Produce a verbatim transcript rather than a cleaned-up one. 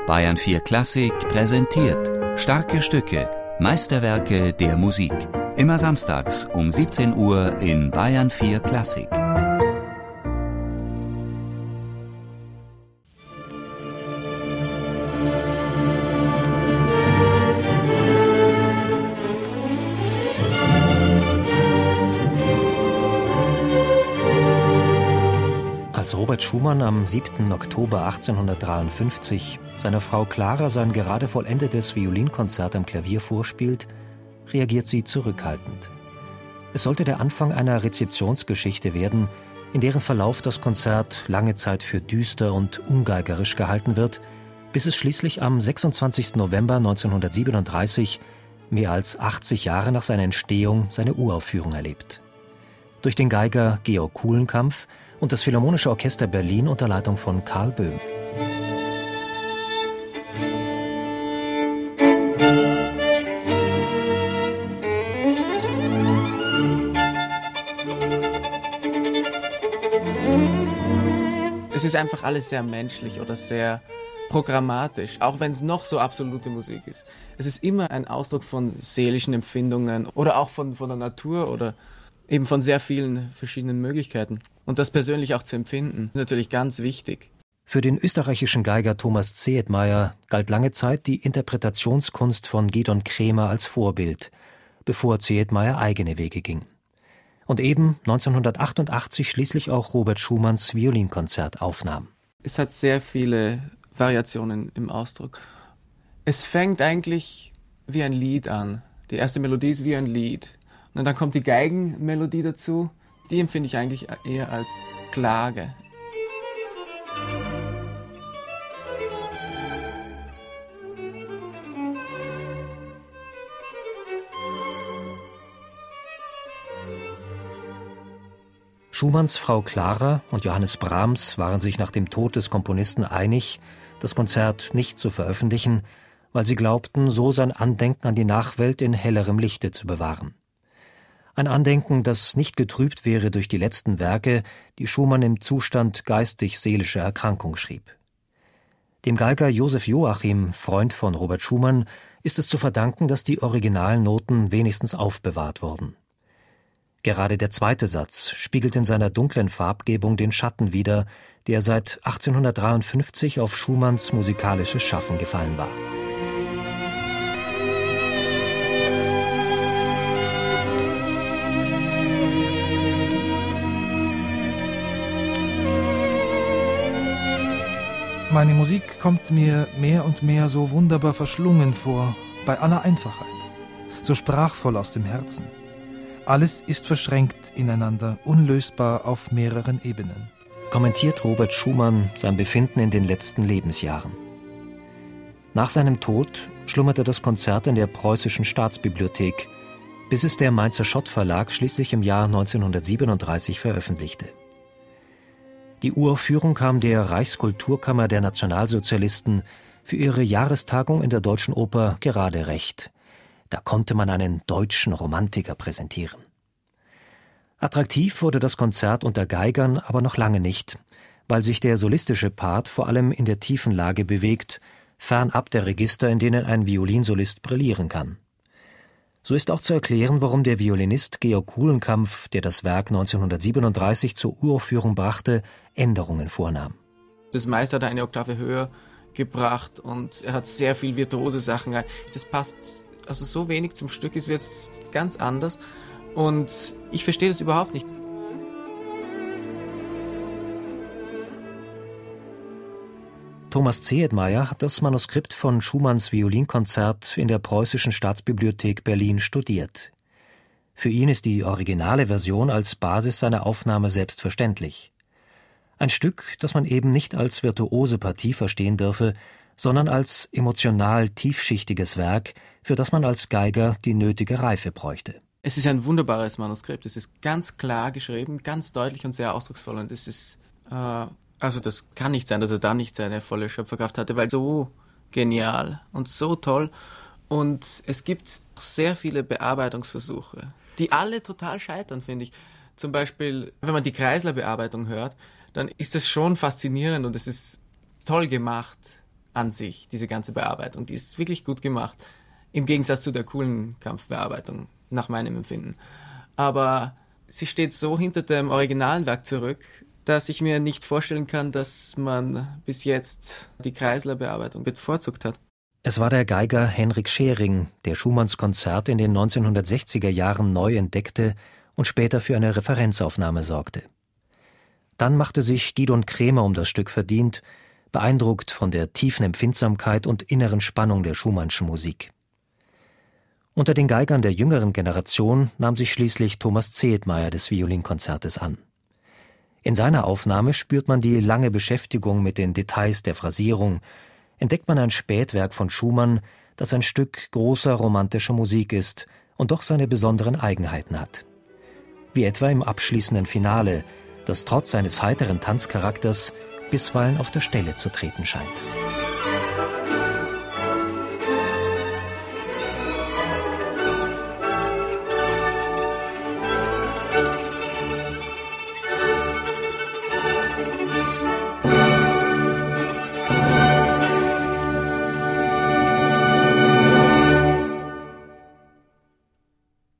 Bayern vier Klassik präsentiert starke Stücke, Meisterwerke der Musik. Immer samstags um siebzehn Uhr in Bayern vier Klassik. Als Robert Schumann am siebten Oktober achtzehnhundertdreiundfünfzig seiner Frau Clara sein gerade vollendetes Violinkonzert am Klavier vorspielt, reagiert sie zurückhaltend. Es sollte der Anfang einer Rezeptionsgeschichte werden, in deren Verlauf das Konzert lange Zeit für düster und ungeigerisch gehalten wird, bis es schließlich am sechsundzwanzigsten November neunzehnhundertsiebenunddreißig, mehr als achtzig Jahre nach seiner Entstehung, seine Uraufführung erlebt. Durch den Geiger Georg Kulenkampff und das Philharmonische Orchester Berlin unter Leitung von Karl Böhm. Es ist einfach alles sehr menschlich oder sehr programmatisch, auch wenn es noch so absolute Musik ist. Es ist immer ein Ausdruck von seelischen Empfindungen oder auch von, von der Natur oder eben von sehr vielen verschiedenen Möglichkeiten. Und das persönlich auch zu empfinden, ist natürlich ganz wichtig. Für den österreichischen Geiger Thomas Zehetmeier galt lange Zeit die Interpretationskunst von Gidon Kremer als Vorbild, bevor Zehetmeier eigene Wege ging. Und eben neunzehnhundertachtundachtzig schließlich auch Robert Schumanns Violinkonzert aufnahm. Es hat sehr viele Variationen im Ausdruck. Es fängt eigentlich wie ein Lied an. Die erste Melodie ist wie ein Lied. Und dann kommt die Geigenmelodie dazu. Die empfinde ich eigentlich eher als Klage. Schumanns Frau Clara und Johannes Brahms waren sich nach dem Tod des Komponisten einig, das Konzert nicht zu veröffentlichen, weil sie glaubten, so sein Andenken an die Nachwelt in hellerem Lichte zu bewahren. Ein Andenken, das nicht getrübt wäre durch die letzten Werke, die Schumann im Zustand geistig-seelischer Erkrankung schrieb. Dem Geiger Josef Joachim, Freund von Robert Schumann, ist es zu verdanken, dass die originalen Noten wenigstens aufbewahrt wurden. Gerade der zweite Satz spiegelt in seiner dunklen Farbgebung den Schatten wider, der seit achtzehnhundertdreiundfünfzig auf Schumanns musikalisches Schaffen gefallen war. Meine Musik kommt mir mehr und mehr so wunderbar verschlungen vor, bei aller Einfachheit, so sprachvoll aus dem Herzen. Alles ist verschränkt ineinander, unlösbar auf mehreren Ebenen. Kommentiert Robert Schumann sein Befinden in den letzten Lebensjahren. Nach seinem Tod schlummerte das Konzert in der Preußischen Staatsbibliothek, bis es der Mainzer Schott Verlag schließlich im Jahr neunzehnhundertsiebenunddreißig veröffentlichte. Die Uraufführung kam der Reichskulturkammer der Nationalsozialisten für ihre Jahrestagung in der Deutschen Oper gerade recht. Da konnte man einen deutschen Romantiker präsentieren. Attraktiv wurde das Konzert unter Geigern aber noch lange nicht, weil sich der solistische Part vor allem in der tiefen Lage bewegt, fernab der Register, in denen ein Violinsolist brillieren kann. So ist auch zu erklären, warum der Violinist Georg Kulenkampff, der das Werk neunzehnhundertsiebenunddreißig zur Uraufführung brachte, Änderungen vornahm. Das Meister hat eine Oktave höher gebracht und er hat sehr viel virtuose Sachen rein. Das passt also so wenig zum Stück, es wird ganz anders und ich verstehe das überhaupt nicht. Thomas Zehetmeier hat das Manuskript von Schumanns Violinkonzert in der Preußischen Staatsbibliothek Berlin studiert. Für ihn ist die originale Version als Basis seiner Aufnahme selbstverständlich. Ein Stück, das man eben nicht als virtuose Partie verstehen dürfe, sondern als emotional tiefschichtiges Werk, für das man als Geiger die nötige Reife bräuchte. Es ist ein wunderbares Manuskript, es ist ganz klar geschrieben, ganz deutlich und sehr ausdrucksvoll und es ist... Äh Also das kann nicht sein, dass er da nicht seine volle Schöpferkraft hatte, weil so genial und so toll. Und es gibt sehr viele Bearbeitungsversuche, die alle total scheitern, finde ich. Zum Beispiel, wenn man die Kreisler-Bearbeitung hört, dann ist das schon faszinierend und es ist toll gemacht. an sich, diese ganze Bearbeitung. Die ist wirklich gut gemacht, im Gegensatz zu der coolen Kampfbearbeitung, nach meinem Empfinden. Aber sie steht so hinter dem originalen Werk zurück, dass ich mir nicht vorstellen kann, dass man bis jetzt die Kreisler-Bearbeitung bevorzugt hat. Es war der Geiger Henrik Schering, der Schumanns Konzert in den neunzehnhundertsechziger Jahren neu entdeckte und später für eine Referenzaufnahme sorgte. Dann machte sich Gidon Kremer um das Stück verdient, beeindruckt von der tiefen Empfindsamkeit und inneren Spannung der Schumannschen Musik. Unter den Geigern der jüngeren Generation nahm sich schließlich Thomas Zehetmeier des Violinkonzertes an. In seiner Aufnahme spürt man die lange Beschäftigung mit den Details der Phrasierung, entdeckt man ein Spätwerk von Schumann, das ein Stück großer romantischer Musik ist und doch seine besonderen Eigenheiten hat. Wie etwa im abschließenden Finale, das trotz seines heiteren Tanzcharakters bisweilen auf der Stelle zu treten scheint.